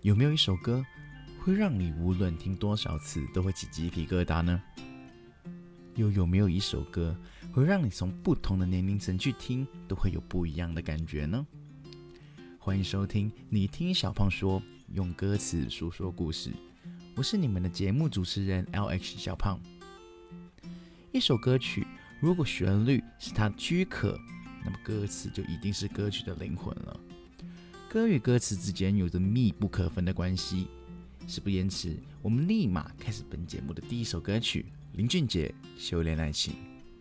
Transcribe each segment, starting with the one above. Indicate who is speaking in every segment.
Speaker 1: 有没有一首歌会让你无论听多少次都会起鸡皮疙瘩呢？又有没有一首歌会让你从不同的年龄层去听都会有不一样的感觉呢？欢迎收听你听小胖说，用歌词诉说故事，我是你们的节目主持人 LX 小胖。一首歌曲如果旋律是它的躯壳，那么歌词就一定是歌曲的灵魂了。歌与歌词之间有着密不可分的关系。事不延迟，我们立马开始本节目的第一首歌曲，林俊杰《修炼爱情》。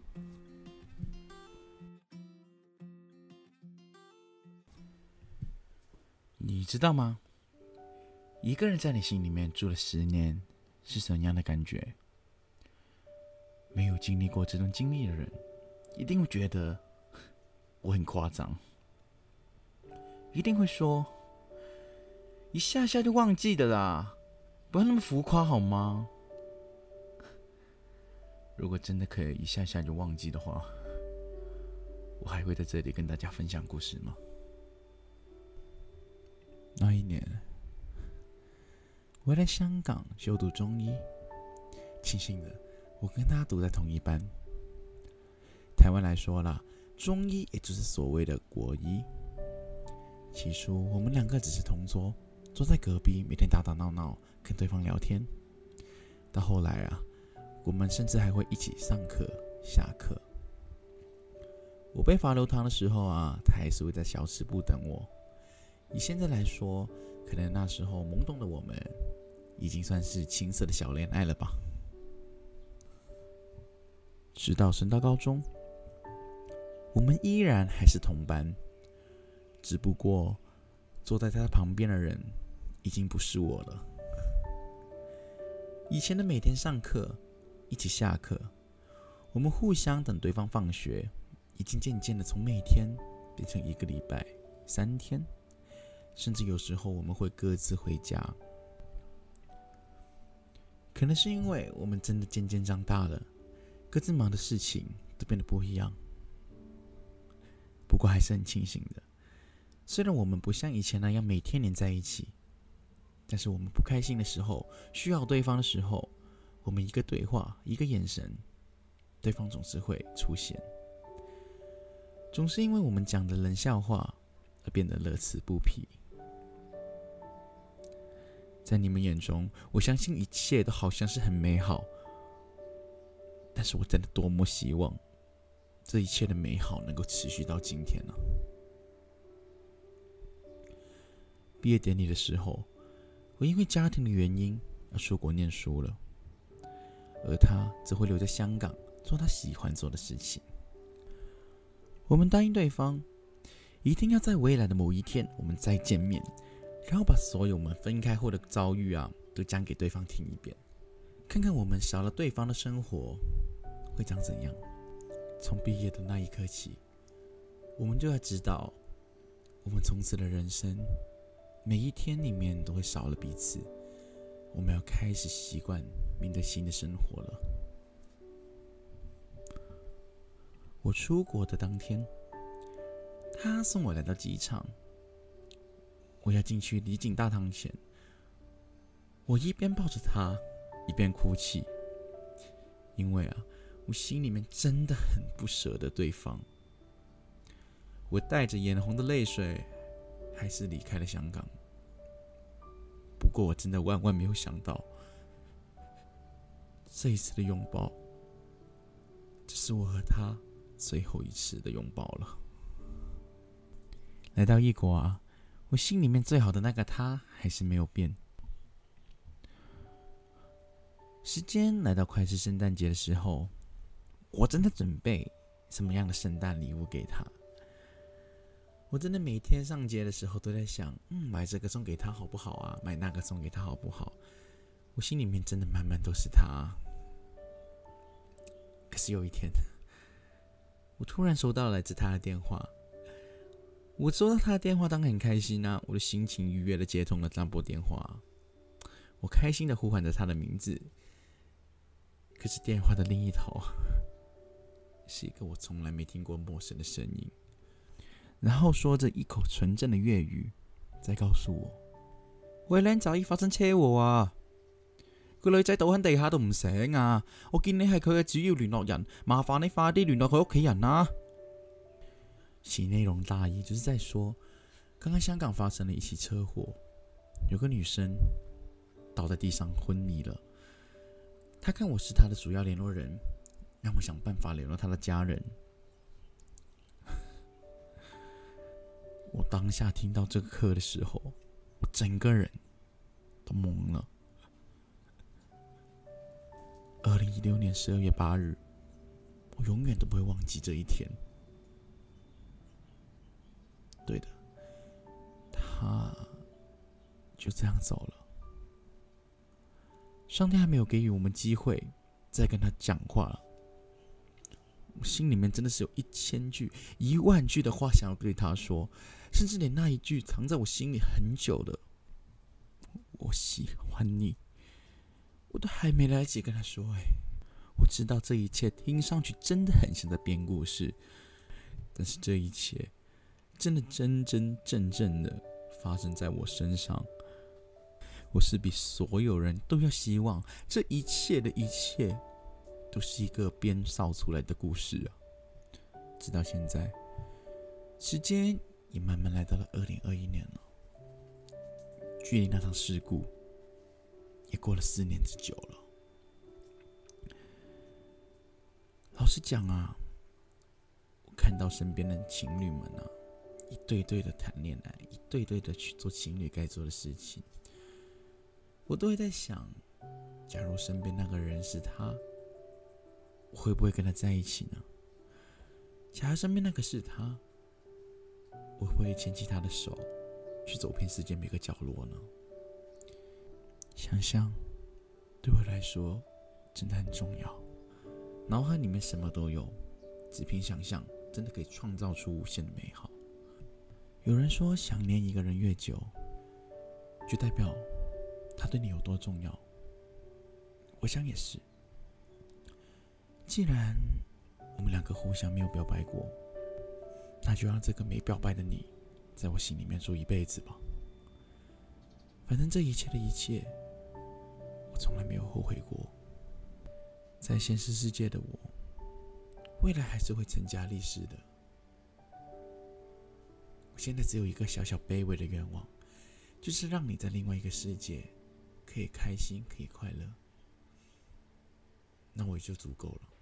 Speaker 1: 你知道吗？一个人在你心里面住了10年，是怎样的感觉？没有经历过这段经历的人，一定会觉得我很夸张，一定会说一下下就忘记的啦，不要那么浮夸好吗？如果真的可以一下下就忘记的话，我还会在这里跟大家分享故事吗？那一年，我在香港修读中医，庆幸的我跟他读在同一班。台湾来说啦，中医也就是所谓的国医。起初我们两个只是同桌，坐在隔壁，每天打打闹闹，跟对方聊天。到后来啊，我们甚至还会一起上课、下课。我被罚留堂的时候啊，他还是会在小吃部等我。以现在来说，可能那时候懵懂的我们，已经算是青涩的小恋爱了吧。直到升到高中，我们依然还是同班，只不过坐在他旁边的人已经不是我了。以前的每天上课，一起下课，我们互相等对方放学，已经渐渐的从每天变成1个礼拜、3天，甚至有时候我们会各自回家。可能是因为我们真的渐渐长大了，各自忙的事情都变得不一样。不过还是很庆幸的，虽然我们不像以前那样每天黏在一起，但是我们不开心的时候，需要对方的时候，我们一个对话，一个眼神，对方总是会出现。总是因为我们讲的冷笑话而变得乐此不疲。在你们眼中，我相信一切都好像是很美好，但是我真的多么希望这一切的美好能够持续到今天呢？毕业典礼的时候，我因为家庭的原因而出国念书了，而他则会留在香港做他喜欢做的事情。我们答应对方，一定要在未来的某一天我们再见面，然后把所有我们分开后的遭遇都讲给对方听一遍，看看我们少了对方的生活会长怎样。从毕业的那一刻起，我们就要知道，我们从此的人生每一天里面都会少了彼此，我们要开始习惯面对新的生活了。我出国的当天，他送我来到机场，我要进去离境大堂前，我一边抱着他，一边哭泣，因为我心里面真的很不舍得对方。我带着眼红的泪水，还是离开了香港。不过我真的万万没有想到，这一次的拥抱，这是我和他最后一次的拥抱了。来到异国我心里面最好的那个他还是没有变。时间来到快是圣诞节的时候，我真的准备什么样的圣诞礼物给他。我真的每天上街的时候都在想，买这个送给他好不好啊？买那个送给他好不好？我心里面真的满满都是他。可是有一天，我突然收到了来自他的电话。我收到他的电话当然很开心我的心情愉悦的接通了那拨电话。我开心的呼唤着他的名字，可是电话的另一头是一个我从来没听过陌生的声音，然后说着一口纯正的粤语，在告诉我喂，靚仔，發生車禍啊！個女仔倒喺地下度唔醒啊！我見你係佢嘅主要聯絡人，麻煩你快啲聯絡佢屋企人啊！其內容大意就是在說，剛剛香港發生了一起車禍，有個女生倒在地上昏迷了。她看我是她的主要聯絡人，讓我想辦法聯絡她的家人。我當下聽到這個課的時候，我整個人都懵了。2016年12月8日，我永遠都不會忘記這一天。對的，他就這樣走了。上天還沒有給予我們機會再跟他講話了。我心裡面真的是有1000句、10000句的話想要對他說，甚至連那一句藏在我心裡很久的"我喜歡你"，我都還沒來得及跟他說。我知道這一切聽上去真的很像在編故事，但是這一切真的真真正正的發生在我身上。我是比所有人都要希望這一切的一切都是一個編造出來的故事啊！直到現在，時間也慢慢來到了2021年了，距離那場事故也過了4年之久了。老實講啊，我看到身邊的情侶們啊，一對對的談戀愛，一對對的去做情侶該做的事情，我都會在想，假如身邊那個人是他，我會不會跟他在一起呢？假如身邊那個是他，我會不會牽起他的手，去走遍世界每個角落呢？想象對我來說真的很重要。腦海裡面什麼都有，只憑想象真的可以創造出無限的美好。有人說想念一個人越久，就代表他對你有多重要。我想也是。既然我們兩個互相沒有表白過，那就讓這個沒表白的你在我心裡面住一輩子吧。反正這一切的一切，我從來沒有後悔過。在現實世界的我，未來還是會成家立室的。我現在只有一個小小卑微的願望，就是讓你在另外一個世界可以開心，可以快樂，那我也就足夠了。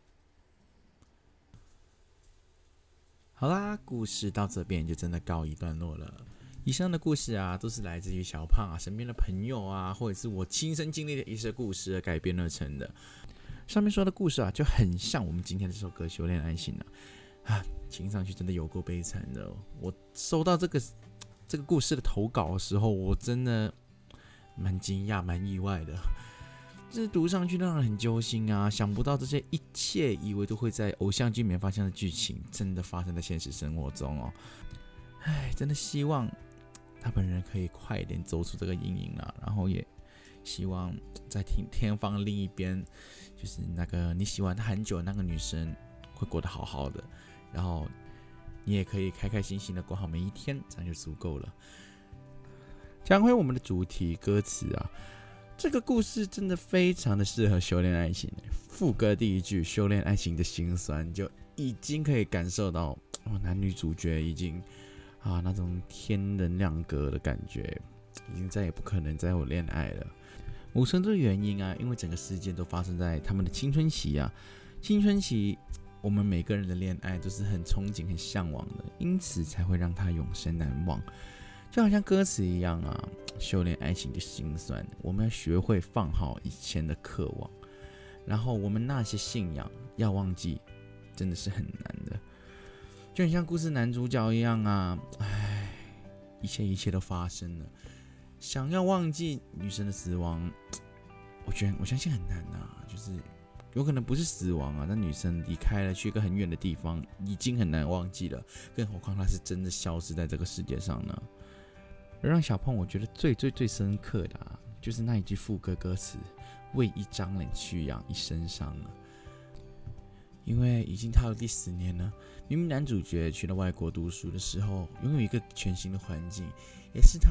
Speaker 1: 好啦，故事到這邊就真的告一段落了。以上的故事啊，都是來自於小胖啊身邊的朋友啊，或者是我親身經歷的一些故事而改編而成的。上面說的故事啊，就很像我們今天的這首歌《修煉愛情》啊，聽上去真的有夠悲慘的。我收到這個故事的投稿的時候，我真的蠻驚訝、蠻意外的。就是讀上去讓人很揪心啊，想不到這些一切以為都會在偶像劇裡面發生的劇情，真的發生在現實生活中哦。唉，真的希望他本人可以快一點走出這個陰影啦，然後也希望在天方另一邊，就是那個你喜歡他很久的那個女生會過得好好的，然後你也可以開開心心的過好每一天，這樣就足夠了。講回我們的主題歌詞啊，這個故事真的非常的適合修煉愛情。副歌第一句修煉愛情的辛酸，就已經可以感受到男女主角已經那種天人兩隔的感覺，已經再也不可能再有戀愛了。某程度的原因啊，因為整個事件都發生在他們的青春期啊。青春期，我們每個人的戀愛都是很憧憬、很向往的，因此才會讓他永生難忘。就好像歌詞一樣啊，修煉愛情的辛酸，我們要學會放好以前的渴望，然後我們那些信仰要忘記，真的是很難的。就很像故事男主角一樣啊，一切都發生了，想要忘記女生的死亡，我相信很難啊，就是有可能不是死亡啊，那女生離開了，去一個很遠的地方，已經很難忘記了，更何況她是真的消失在這個世界上呢。而讓小胖我覺得最深刻的啊，就是那一句副歌歌詞，為一張臉去養一身傷了。因為已經到了第10年了，明明男主角去了外國讀書的時候，擁有一個全新的環境，也是他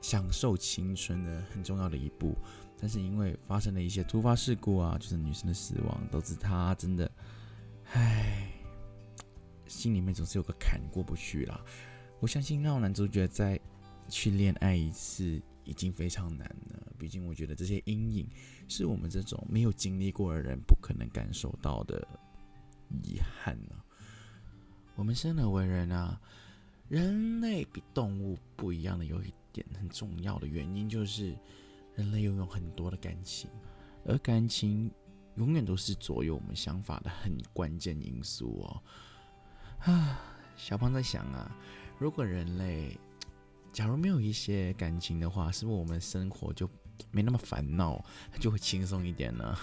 Speaker 1: 享受青春的很重要的一步。但是因为发生了一些突发事故啊，就是女生的死亡，导致她真的，心里面总是有个坎过不去啦。我相信让男主角再去恋爱一次已经非常难了，毕竟我觉得这些阴影是我们这种没有经历过的人不可能感受到的遗憾啊。我们生而为人啊，人类比动物不一样的有一点很重要的原因，就是人类拥有很多的感情，而感情永远都是左右我们想法的很关键因素哦。小胖在想啊，如果人类假如没有一些感情的话，是不是我们的生活就没那么烦恼，就会轻松一点呢？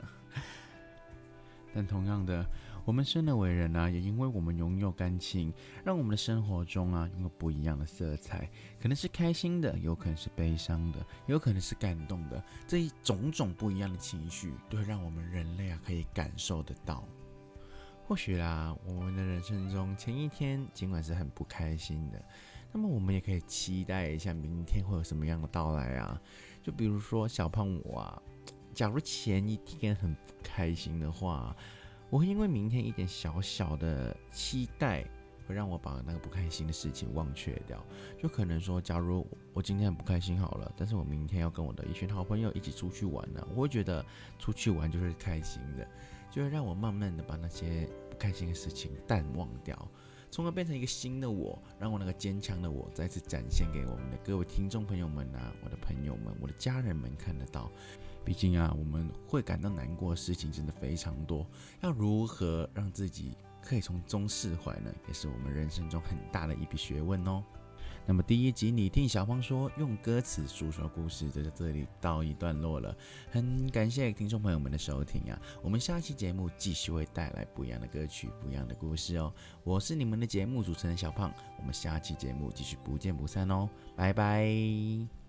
Speaker 1: 但同样的，我们生而为人啊，也因为我们拥有感情，让我们的生活中啊拥有不一样的色彩，可能是开心的，有可能是悲伤的，有可能是感动的，这一种种不一样的情绪，都会让我们人类啊可以感受得到。或许啦，我们的人生中前一天尽管是很不开心的，那么我们也可以期待一下明天会有什么样的到来啊。就比如说小胖我啊，假如前一天很不开心的话，我会因为明天一点小小的期待，会让我把那个不开心的事情忘却掉。就可能说，假如我今天很不开心好了，但是我明天要跟我的一群好朋友一起出去玩呢，我会觉得出去玩就是开心的，就会让我慢慢的把那些不开心的事情淡忘掉，从而变成一个新的我，让我那个坚强的我再次展现给我们的各位听众朋友们啊，我的朋友们，我的家人们看得到。毕竟啊，我们会感到难过的事情真的非常多，要如何让自己可以从中释怀呢？也是我们人生中很大的一笔学问哦。那么第一集你听小胖说用歌词诉说故事就在这里告一段落了，很感谢听众朋友们的收听啊！我们下期节目继续会带来不一样的歌曲、不一样的故事哦。我是你们的节目主持人小胖，我们下期节目继续不见不散哦，拜拜。